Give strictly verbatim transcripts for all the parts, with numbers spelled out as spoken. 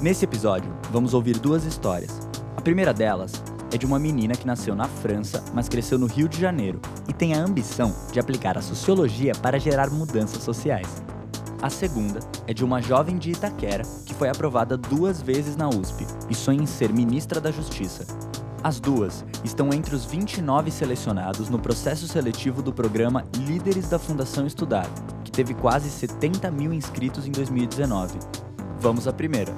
Nesse episódio, vamos ouvir duas histórias. A primeira delas é de uma menina que nasceu na França, mas cresceu no Rio de Janeiro e tem a ambição de aplicar a sociologia para gerar mudanças sociais. A segunda é de uma jovem de Itaquera que foi aprovada duas vezes na U S P e sonha em ser ministra da Justiça. As duas estão entre os vinte e nove selecionados no processo seletivo do programa Líderes da Fundação Estudar, que teve quase setenta mil inscritos em dois mil e dezenove. Vamos à primeira.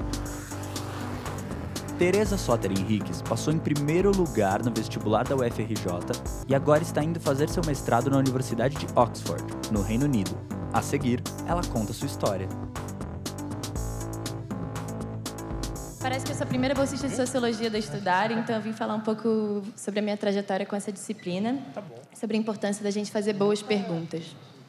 Tereza Soter Henriques passou em primeiro lugar no vestibular da U F R J e agora está indo fazer seu mestrado na Universidade de Oxford, no Reino Unido. A seguir, ela conta sua história. Parece que eu sou a primeira bolsista de Sociologia da Estudar, então eu vim falar um pouco sobre a minha trajetória com essa disciplina, sobre a importância da gente fazer boas perguntas.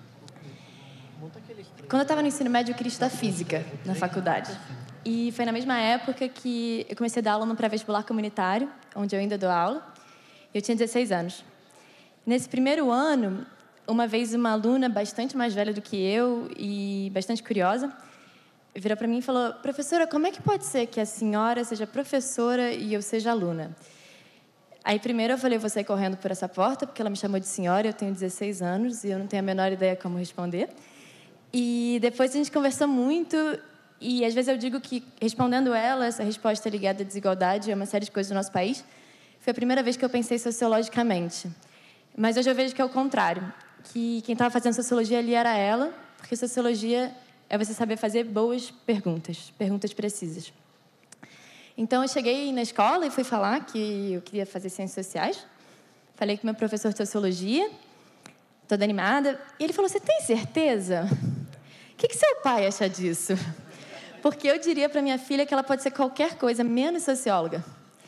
Quando eu estava no ensino médio, eu queria estudar Física na faculdade. E foi na mesma época que eu comecei a dar aula no pré-vestibular comunitário, onde eu ainda dou aula. Eu tinha dezesseis anos. Nesse primeiro ano, uma vez uma aluna bastante mais velha do que eu e bastante curiosa virou para mim e falou: professora, como é que pode ser que a senhora seja professora e eu seja aluna? Aí primeiro eu falei: vou sair correndo por essa porta, porque ela me chamou de senhora, eu tenho dezesseis anos e eu não tenho a menor ideia como responder. E depois a gente conversou muito e às vezes eu digo que, respondendo ela, essa resposta ligada à desigualdade e a uma série de coisas do nosso país, foi a primeira vez que eu pensei sociologicamente. Mas hoje eu vejo que é o contrário, que quem estava fazendo sociologia ali era ela, porque sociologia é você saber fazer boas perguntas, perguntas precisas. Então, eu cheguei na escola e fui falar que eu queria fazer ciências sociais. Falei com o meu professor de sociologia, toda animada, e ele falou: você tem certeza? O que, que seu pai acha disso? Porque eu diria para minha filha que ela pode ser qualquer coisa, menos socióloga.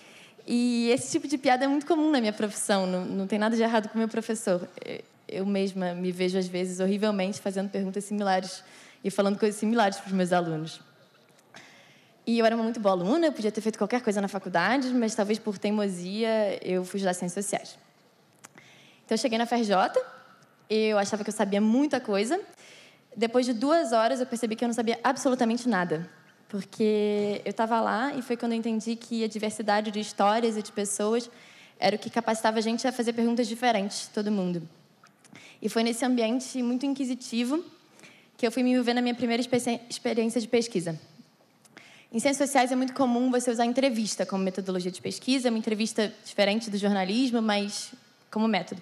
E esse tipo de piada é muito comum na minha profissão, não, não tem nada de errado com o meu professor. Eu mesma me vejo, às vezes, horrivelmente fazendo perguntas similares e falando coisas similares para os meus alunos. E eu era uma muito boa aluna, eu podia ter feito qualquer coisa na faculdade, mas talvez por teimosia eu fui estudar ciências sociais. Então eu cheguei na F R J, eu achava que eu sabia muita coisa. Depois de duas horas eu percebi que eu não sabia absolutamente nada, porque eu estava lá e foi quando eu entendi que a diversidade de histórias e de pessoas era o que capacitava a gente a fazer perguntas diferentes, todo mundo. E foi nesse ambiente muito inquisitivo que eu fui me envolver na minha primeira experiência de pesquisa. Em ciências sociais é muito comum você usar entrevista como metodologia de pesquisa, uma entrevista diferente do jornalismo, mas como método.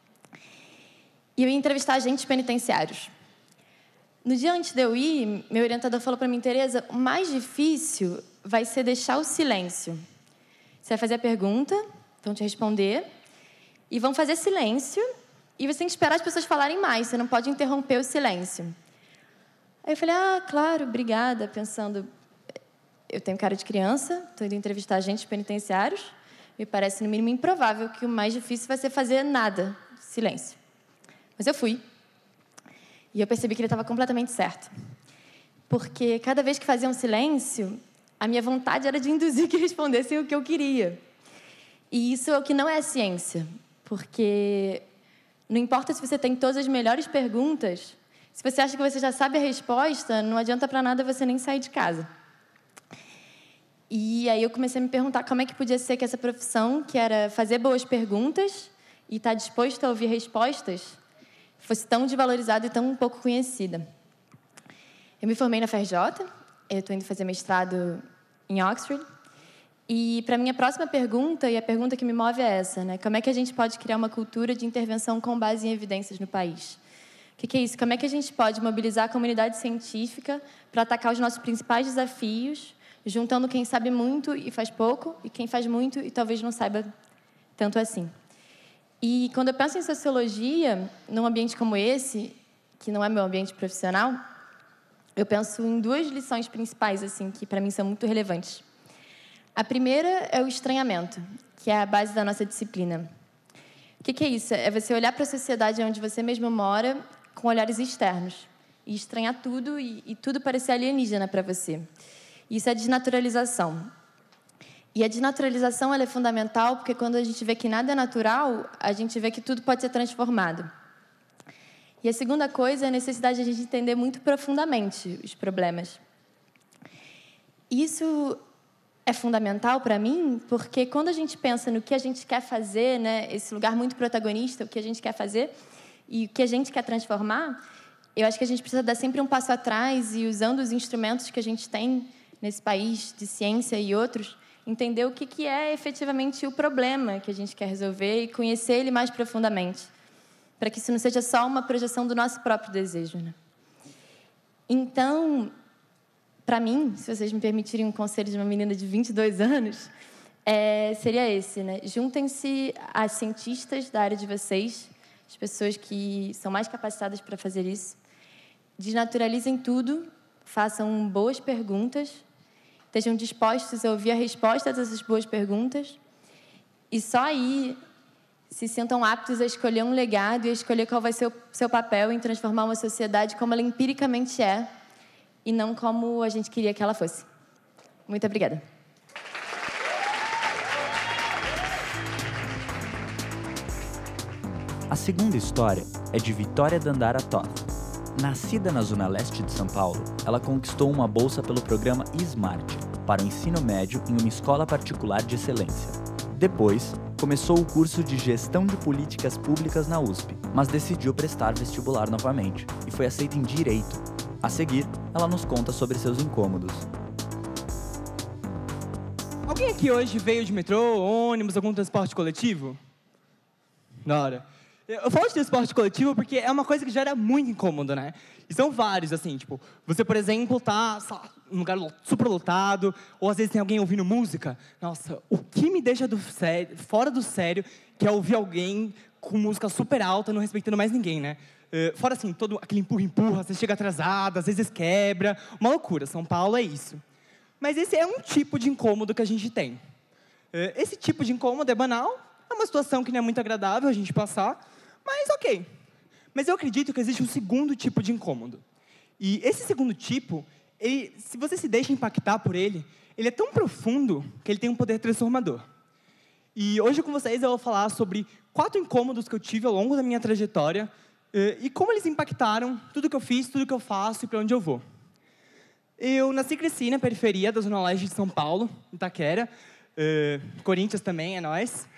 E eu ia entrevistar agentes penitenciários. No dia antes de eu ir, meu orientador falou para mim: Tereza, o mais difícil vai ser deixar o silêncio. Você vai fazer a pergunta, vão te responder, e vão fazer silêncio, e você tem que esperar as pessoas falarem mais, você não pode interromper o silêncio. Aí eu falei: ah, claro, obrigada, pensando, eu tenho cara de criança, estou indo entrevistar agentes penitenciários, me parece no mínimo improvável que o mais difícil vai ser fazer nada, silêncio. Mas eu fui. E eu percebi que ele estava completamente certo. Porque cada vez que fazia um silêncio, a minha vontade era de induzir que respondessem o que eu queria. E isso é o que não é a ciência. Porque não importa se você tem todas as melhores perguntas, se você acha que você já sabe a resposta, não adianta para nada você nem sair de casa. E aí eu comecei a me perguntar como é que podia ser que essa profissão, que era fazer boas perguntas e estar disposto a ouvir respostas, fosse tão desvalorizada e tão pouco conhecida. Eu me formei na F R J, eu estou indo fazer mestrado em Oxford, e para a minha próxima pergunta, e a pergunta que me move é essa, né? Como é que a gente pode criar uma cultura de intervenção com base em evidências no país? O que, que é isso? Como é que a gente pode mobilizar a comunidade científica para atacar os nossos principais desafios, juntando quem sabe muito e faz pouco, e quem faz muito e talvez não saiba tanto assim? E quando eu penso em sociologia, num ambiente como esse, que não é meu ambiente profissional, eu penso em duas lições principais, assim, que para mim são muito relevantes. A primeira é o estranhamento, que é a base da nossa disciplina. O que, que é isso? É você olhar para a sociedade onde você mesmo mora com olhares externos e estranhar tudo e, e tudo parecer alienígena para você. Isso é desnaturalização. E a desnaturalização ela é fundamental porque quando a gente vê que nada é natural, a gente vê que tudo pode ser transformado. E a segunda coisa é a necessidade de a gente entender muito profundamente os problemas. isso é fundamental para mim, porque quando a gente pensa no que a gente quer fazer, né, esse lugar muito protagonista, o que a gente quer fazer e o que a gente quer transformar, eu acho que a gente precisa dar sempre um passo atrás e, usando os instrumentos que a gente tem nesse país de ciência e outros, entender o que, que é efetivamente o problema que a gente quer resolver e conhecer ele mais profundamente, para que isso não seja só uma projeção do nosso próprio desejo, né? Então, para mim, se vocês me permitirem um conselho de uma menina de vinte e dois anos, é, seria esse, né? Juntem-se às cientistas da área de vocês, as pessoas que são mais capacitadas para fazer isso. Desnaturalizem tudo, façam boas perguntas, estejam dispostos a ouvir a resposta dessas boas perguntas e só aí se sintam aptos a escolher um legado e a escolher qual vai ser o seu papel em transformar uma sociedade como ela empiricamente é e não como a gente queria que ela fosse. Muito obrigada. A segunda história é de Vitória Dandara Toth. Nascida na zona leste de São Paulo, ela conquistou uma bolsa pelo programa Smart para o ensino médio em uma escola particular de excelência. Depois, começou o curso de Gestão de Políticas Públicas na U S P, mas decidiu prestar vestibular novamente e foi aceita em Direito. A seguir, ela nos conta sobre seus incômodos. Alguém aqui hoje veio de metrô, ônibus, algum transporte coletivo? Da hora. Eu falo de transporte coletivo porque é uma coisa que gera muito incômodo, né? E são vários, assim, tipo, você, por exemplo, tá num lugar super lotado, ou às vezes tem alguém ouvindo música. Nossa, o que me deixa do sério, fora do sério, que é ouvir alguém com música super alta, não respeitando mais ninguém, né? Uh, fora, assim, todo aquele empurra-empurra, você chega atrasado, às vezes quebra. Uma loucura, São Paulo é isso. Mas esse é um tipo de incômodo que a gente tem. Uh, esse tipo de incômodo é banal, é uma situação que não é muito agradável a gente passar, mas ok. Mas eu acredito que existe um segundo tipo de incômodo. E esse segundo tipo, ele, se você se deixa impactar por ele, ele é tão profundo que ele tem um poder transformador. E hoje com vocês eu vou falar sobre quatro incômodos que eu tive ao longo da minha trajetória e como eles impactaram tudo que eu fiz, tudo que eu faço e para onde eu vou. Eu nasci e cresci na periferia da Zona Leste de São Paulo, Itaquera. Uh, Corinthians também, é nóis.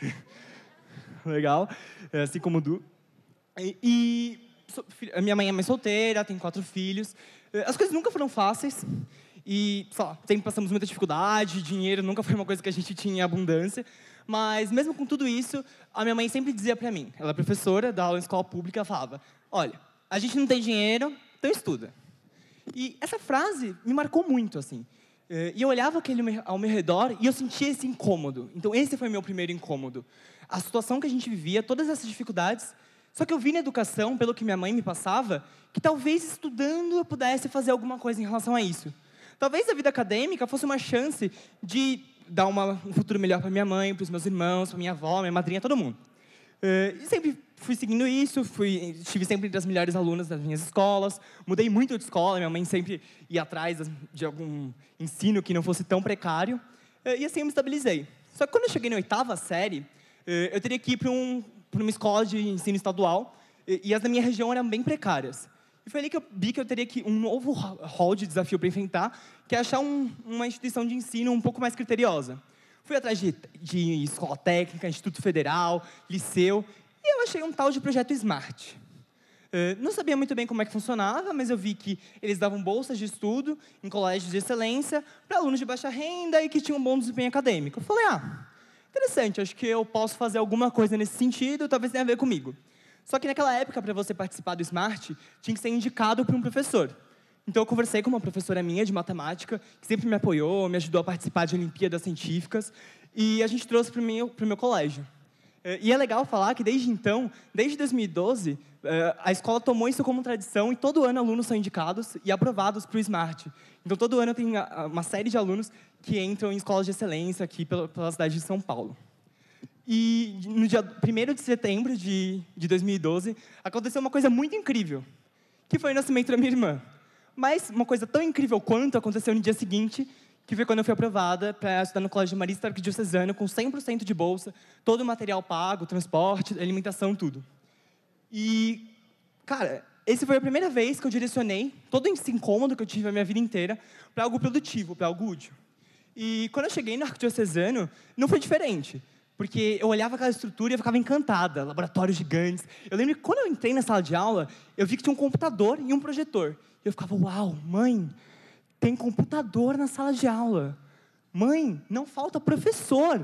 Legal. Assim como o Du. E, e a minha mãe é mãe solteira, tem quatro filhos. As coisas nunca foram fáceis. E, sei lá, sempre passamos muita dificuldade, dinheiro nunca foi uma coisa que a gente tinha em abundância. Mas, mesmo com tudo isso, a minha mãe sempre dizia pra mim, ela é professora, dá aula em escola pública, ela falava, olha, a gente não tem dinheiro, então estuda. E essa frase me marcou muito, assim. E eu olhava aquele ao meu redor e eu sentia esse incômodo. Então, esse foi o meu primeiro incômodo. A situação que a gente vivia, todas essas dificuldades. Só que eu vi na educação, pelo que minha mãe me passava, que talvez estudando eu pudesse fazer alguma coisa em relação a isso. Talvez a vida acadêmica fosse uma chance de dar uma, um futuro melhor para minha mãe, para os meus irmãos, para minha avó, minha madrinha, todo mundo. Uh, e sempre fui seguindo isso, fui, estive sempre entre as melhores alunas das minhas escolas, mudei muito de escola, minha mãe sempre ia atrás de algum ensino que não fosse tão precário, uh, e assim eu me estabilizei. Só que quando eu cheguei na oitava série, uh, eu teria que ir para um, para uma escola de ensino estadual, e, e as da minha região eram bem precárias. E foi ali que eu vi que eu teria que, um novo rol de desafio para enfrentar, que é achar um, uma instituição de ensino um pouco mais criteriosa. Fui atrás de, de escola técnica, Instituto Federal, liceu, e eu achei um tal de projeto Smart. Uh, não sabia muito bem como é que funcionava, mas eu vi que eles davam bolsas de estudo em colégios de excelência para alunos de baixa renda e que tinham um bom desempenho acadêmico. Eu falei, ah, interessante, acho que eu posso fazer alguma coisa nesse sentido, talvez tenha a ver comigo. Só que naquela época, para você participar do Smart, tinha que ser indicado por um professor. Então eu conversei com uma professora minha de matemática, que sempre me apoiou, me ajudou a participar de Olimpíadas Científicas, e a gente trouxe para o meu, meu colégio. E é legal falar que desde então, desde dois mil e doze, a escola tomou isso como tradição e todo ano alunos são indicados e aprovados para o Smart. Então todo ano tem uma série de alunos que entram em escolas de excelência aqui pela, pela cidade de São Paulo. E no dia primeiro de setembro de, de dois mil e doze, aconteceu uma coisa muito incrível, que foi o nascimento da minha irmã. Mas uma coisa tão incrível quanto aconteceu no dia seguinte, que foi quando eu fui aprovada para estudar no Colégio Marista Arquidiocesano, com cem por cento de bolsa, todo o material pago, transporte, alimentação, tudo. E, cara, essa foi a primeira vez que eu direcionei todo esse incômodo que eu tive a minha vida inteira para algo produtivo, para algo útil. E quando eu cheguei no Arquidiocesano, não foi diferente. Porque eu olhava aquela estrutura e eu ficava encantada, laboratórios gigantes. Eu lembro que quando eu entrei na sala de aula, eu vi que tinha um computador e um projetor. E eu ficava, uau, mãe, tem computador na sala de aula. Mãe, não falta professor.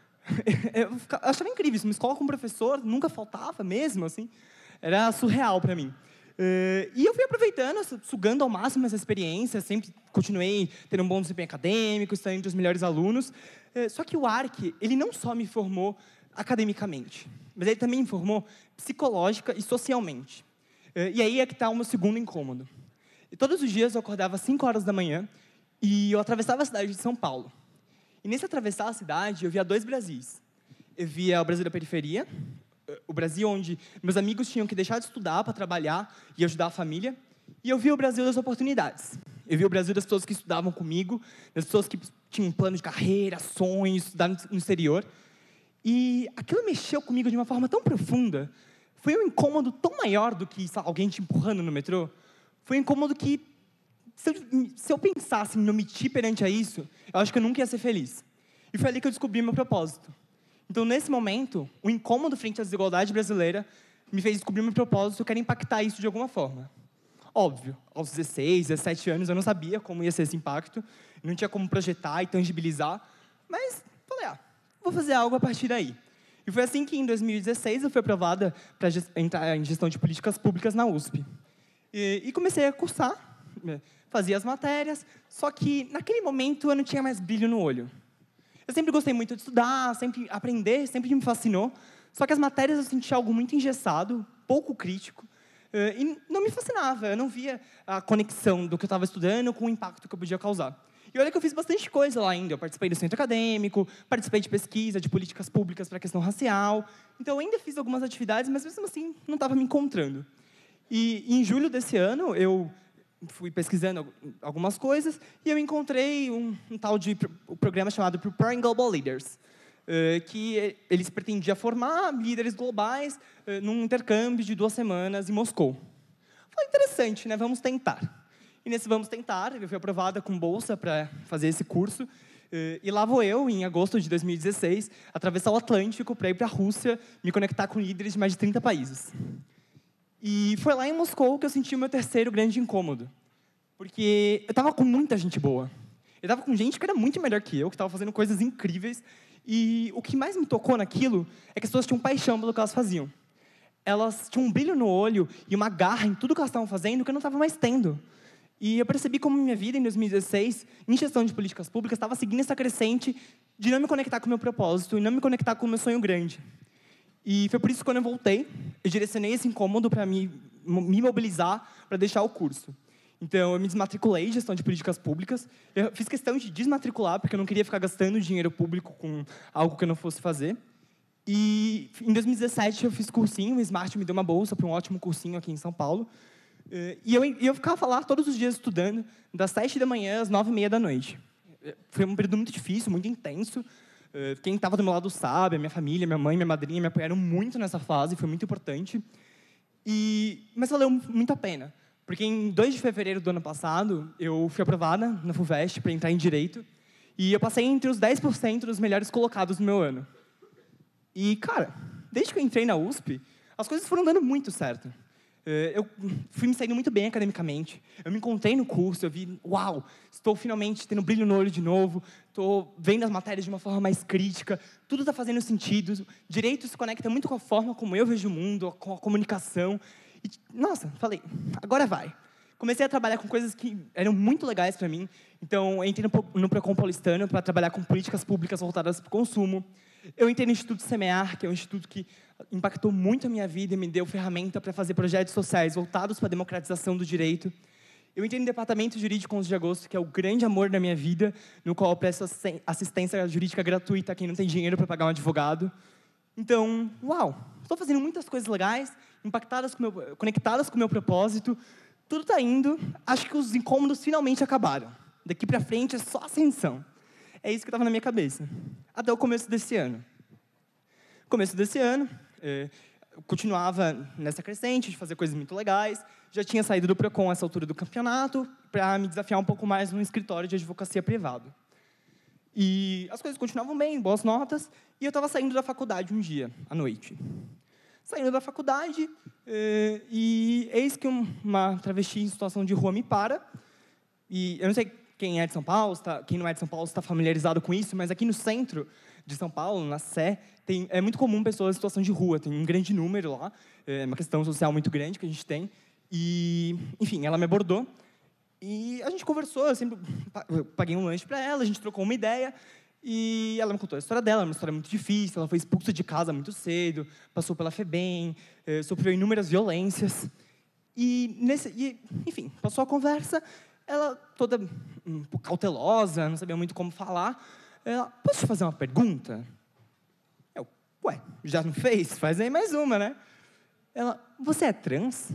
Eu achava incrível isso, uma escola com professor nunca faltava mesmo, assim. Era surreal para mim. Uh, e eu fui aproveitando, sugando ao máximo essa experiência, sempre continuei tendo um bom desempenho acadêmico, estando entre os melhores alunos. Uh, só que o Arq, ele não só me formou academicamente, mas ele também me formou psicológica e socialmente. Uh, e aí é que está o meu segundo incômodo. E todos os dias eu acordava às cinco horas da manhã e eu atravessava a cidade de São Paulo. E nesse atravessar a cidade, eu via dois Brasis. Eu via o Brasil da periferia, o Brasil onde meus amigos tinham que deixar de estudar para trabalhar e ajudar a família. E eu via o Brasil das oportunidades. Eu via o Brasil das pessoas que estudavam comigo, das pessoas que tinham um plano de carreira, sonhos, estudar no exterior. E aquilo mexeu comigo de uma forma tão profunda. Foi um incômodo tão maior do que sabe, alguém te empurrando no metrô. Foi um incômodo que, se eu, se eu pensasse em me omitir perante a isso, eu acho que eu nunca ia ser feliz. E foi ali que eu descobri meu propósito. Então, nesse momento, o incômodo frente à desigualdade brasileira me fez descobrir meu propósito, eu quero impactar isso de alguma forma. Óbvio, aos dezesseis, dezessete anos, eu não sabia como ia ser esse impacto, não tinha como projetar e tangibilizar, mas falei, ah, vou fazer algo a partir daí. E foi assim que, em dois mil e dezesseis, eu fui aprovada para entrar em gestão de políticas públicas na U S P. E, e comecei a cursar, fazia as matérias, só que, naquele momento, eu não tinha mais brilho no olho. Eu sempre gostei muito de estudar, sempre aprender, sempre me fascinou. Só que as matérias eu sentia algo muito engessado, pouco crítico, e não me fascinava. Eu não via a conexão do que eu estava estudando com o impacto que eu podia causar. E olha que eu fiz bastante coisa lá ainda. Eu participei do centro acadêmico, participei de pesquisa, de políticas públicas para a questão racial. Então, eu ainda fiz algumas atividades, mas mesmo assim, não estava me encontrando. E em julho desse ano, eu fui pesquisando algumas coisas e eu encontrei um, um tal de um programa chamado Preparing Global Leaders, uh, que eles pretendiam formar líderes globais uh, num intercâmbio de duas semanas em Moscou. Foi interessante, né? Vamos tentar. E nesse Vamos Tentar, eu fui aprovada com bolsa para fazer esse curso, uh, e lá vou eu, em agosto de dois mil e dezesseis, atravessar o Atlântico para ir para a Rússia, me conectar com líderes de mais de trinta países. E foi lá em Moscou que eu senti o meu terceiro grande incômodo. Porque eu estava com muita gente boa. Eu estava com gente que era muito melhor que eu, que estava fazendo coisas incríveis. E o que mais me tocou naquilo é que as pessoas tinham paixão pelo que elas faziam. Elas tinham um brilho no olho e uma garra em tudo que elas estavam fazendo que eu não estava mais tendo. E eu percebi como minha vida, em dois mil e dezesseis, em gestão de políticas públicas, estava seguindo essa crescente de não me conectar com o meu propósito e não me conectar com o meu sonho grande. E foi por isso que, quando eu voltei, eu direcionei esse incômodo para me, me mobilizar para deixar o curso. Então, eu me desmatriculei em gestão de políticas públicas. Eu fiz questão de desmatricular, porque eu não queria ficar gastando dinheiro público com algo que eu não fosse fazer. E, em dois mil e dezessete, eu fiz cursinho. O Smart me deu uma bolsa para um ótimo cursinho aqui em São Paulo. E eu, eu ficava lá todos os dias estudando, das sete da manhã às nove e meia da noite. Foi um período muito difícil, muito intenso. Quem estava do meu lado sabe, a minha família, minha mãe, minha madrinha me apoiaram muito nessa fase, foi muito importante. E, mas valeu muito a pena, porque em dois de fevereiro do ano passado, eu fui aprovada na FUVEST para entrar em Direito, e eu passei entre os dez por cento dos melhores colocados no meu ano. E, cara, desde que eu entrei na U S P, as coisas foram dando muito certo. Eu fui me saindo muito bem academicamente. Eu me encontrei no curso, eu vi, uau, estou finalmente tendo brilho no olho de novo, estou vendo as matérias de uma forma mais crítica, tudo está fazendo sentido. Direito se conecta muito com a forma como eu vejo o mundo, com a comunicação. E, nossa, falei, agora vai. Comecei a trabalhar com coisas que eram muito legais para mim. Então, eu entrei no, no Procon Paulistano para trabalhar com políticas públicas voltadas para o consumo. Eu entrei no Instituto Semear, que é um instituto que impactou muito a minha vida e me deu ferramenta para fazer projetos sociais voltados para a democratização do direito. Eu entrei no Departamento Jurídico onze de agosto, que é o grande amor da minha vida, no qual eu presto assistência jurídica gratuita a quem não tem dinheiro para pagar um advogado. Então, uau, estou fazendo muitas coisas legais, impactadas com meu, conectadas com o meu propósito. Tudo está indo, acho que os incômodos finalmente acabaram. Daqui para frente é só ascensão. É isso que estava na minha cabeça. Até o começo desse ano. No começo desse ano, eh, eu continuava nessa crescente de fazer coisas muito legais. Já tinha saído do Procon a essa altura do campeonato para me desafiar um pouco mais num escritório de advocacia privado. E as coisas continuavam bem, boas notas, e eu estava saindo da faculdade um dia, à noite. Saindo da faculdade, eh, e eis que uma travesti em situação de rua me para, e eu não sei quem é de São Paulo, tá, quem não é de São Paulo está familiarizado com isso, mas aqui no centro de São Paulo, na Sé, tem, é muito comum pessoas em situação de rua, tem um grande número lá, é uma questão social muito grande que a gente tem, e, enfim, ela me abordou, e a gente conversou, eu sempre eu paguei um lanche para ela, a gente trocou uma ideia, e ela me contou a história dela, uma história muito difícil, ela foi expulsa de casa muito cedo, passou pela FEBEM, eh, sofreu inúmeras violências, e, nesse, e, enfim, passou a conversa, ela toda um pouco cautelosa, não sabia muito como falar, ela, posso te fazer uma pergunta? Eu, ué, já não fez? Faz aí mais uma, né? Ela, você é trans?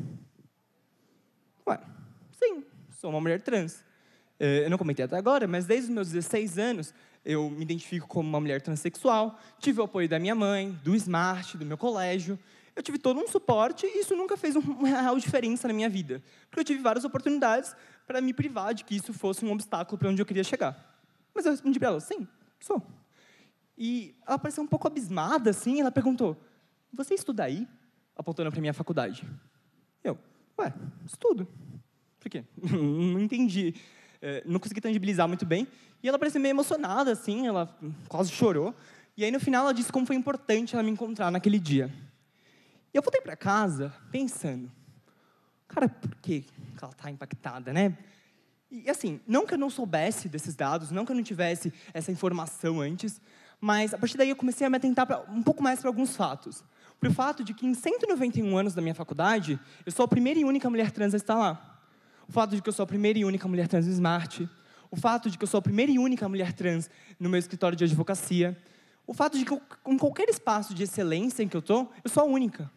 Ué, sim, sou uma mulher trans. Eu não comentei até agora, mas desde os meus dezesseis anos, eu me identifico como uma mulher transexual, tive o apoio da minha mãe, do Smart, do meu colégio, eu tive todo um suporte e isso nunca fez uma real diferença na minha vida, porque eu tive várias oportunidades para me privar de que isso fosse um obstáculo para onde eu queria chegar. Mas eu respondi para ela, sim, sou. E ela pareceu um pouco abismada, assim, ela perguntou, você estuda aí? Apontando para a minha faculdade. Eu, ué, estudo. Por quê? Não entendi. É, não consegui tangibilizar muito bem. E ela parecia meio emocionada, assim, ela quase chorou. E aí, no final, ela disse como foi importante ela me encontrar naquele dia. E eu voltei para casa pensando, cara, por que ela está impactada, né? E, assim, não que eu não soubesse desses dados, não que eu não tivesse essa informação antes, mas, a partir daí, eu comecei a me atentar pra, um pouco mais para alguns fatos. Para o fato de que, em cento e noventa e um anos da minha faculdade, eu sou a primeira e única mulher trans a estar lá. O fato de que eu sou a primeira e única mulher trans no Smart, o fato de que eu sou a primeira e única mulher trans no meu escritório de advocacia, o fato de que eu, em qualquer espaço de excelência em que eu estou, eu sou a única.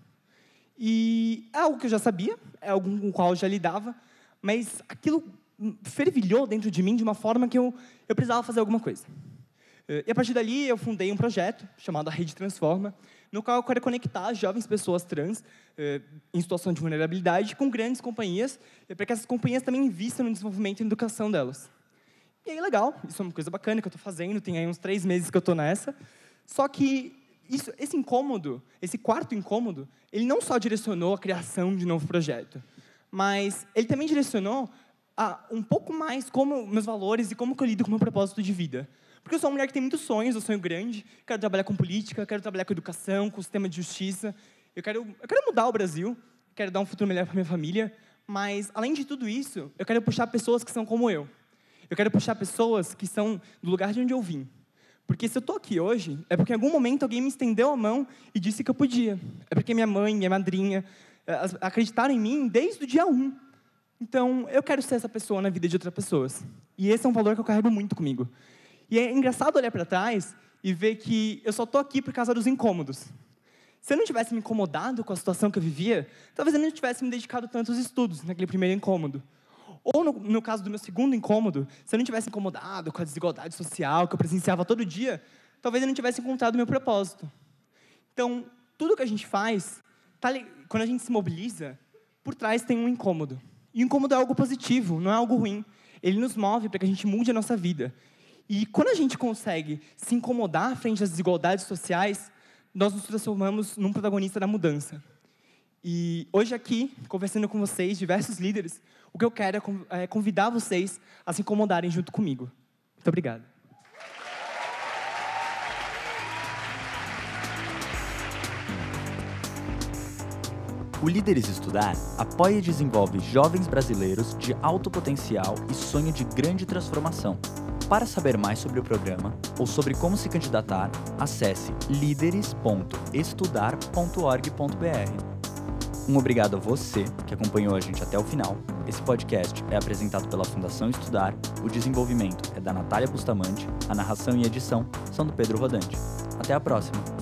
E é algo que eu já sabia, é algo com o qual eu já lidava, mas aquilo fervilhou dentro de mim de uma forma que eu, eu precisava fazer alguma coisa. E a partir dali eu fundei um projeto chamado a Rede Transforma, no qual eu quero conectar jovens pessoas trans eh, em situação de vulnerabilidade com grandes companhias, eh, para que essas companhias também invistam no desenvolvimento e na educação delas. E aí, legal, isso é uma coisa bacana que eu estou fazendo, tem aí uns três meses que eu estou nessa, só que isso, esse incômodo, esse quarto incômodo, ele não só direcionou a criação de um novo projeto, mas ele também direcionou a um pouco mais como meus valores e como que eu lido com o meu propósito de vida. Porque eu sou uma mulher que tem muitos sonhos, eu sonho grande, quero trabalhar com política, quero trabalhar com educação, com o sistema de justiça, eu quero, eu quero mudar o Brasil, quero dar um futuro melhor para minha família, mas, além de tudo isso, eu quero puxar pessoas que são como eu. Eu quero puxar pessoas que são do lugar de onde eu vim. Porque se eu estou aqui hoje, é porque em algum momento alguém me estendeu a mão e disse que eu podia. É porque minha mãe, minha madrinha, acreditaram em mim desde o dia um. Então, eu quero ser essa pessoa na vida de outras pessoas. E esse é um valor que eu carrego muito comigo. E é engraçado olhar para trás e ver que eu só estou aqui por causa dos incômodos. Se eu não tivesse me incomodado com a situação que eu vivia, talvez eu não tivesse me dedicado tanto aos estudos, naquele primeiro incômodo. Ou, no, no caso do meu segundo incômodo, se eu não tivesse incomodado com a desigualdade social que eu presenciava todo dia, talvez eu não tivesse encontrado o meu propósito. Então, tudo que a gente faz, tá, quando a gente se mobiliza, por trás tem um incômodo. E o incômodo é algo positivo, não é algo ruim. Ele nos move para que a gente mude a nossa vida. E quando a gente consegue se incomodar frente às desigualdades sociais, nós nos transformamos num protagonista da mudança. E hoje aqui, conversando com vocês, diversos líderes, o que eu quero é convidar vocês a se incomodarem junto comigo. Muito obrigado. O Líderes Estudar apoia e desenvolve jovens brasileiros de alto potencial e sonho de grande transformação. Para saber mais sobre o programa ou sobre como se candidatar, acesse líderes ponto estudar ponto org ponto br. Um obrigado a você que acompanhou a gente até o final. Esse podcast é apresentado pela Fundação Estudar, o desenvolvimento é da Natália Bustamante, a narração e edição são do Pedro Rodante. Até a próxima!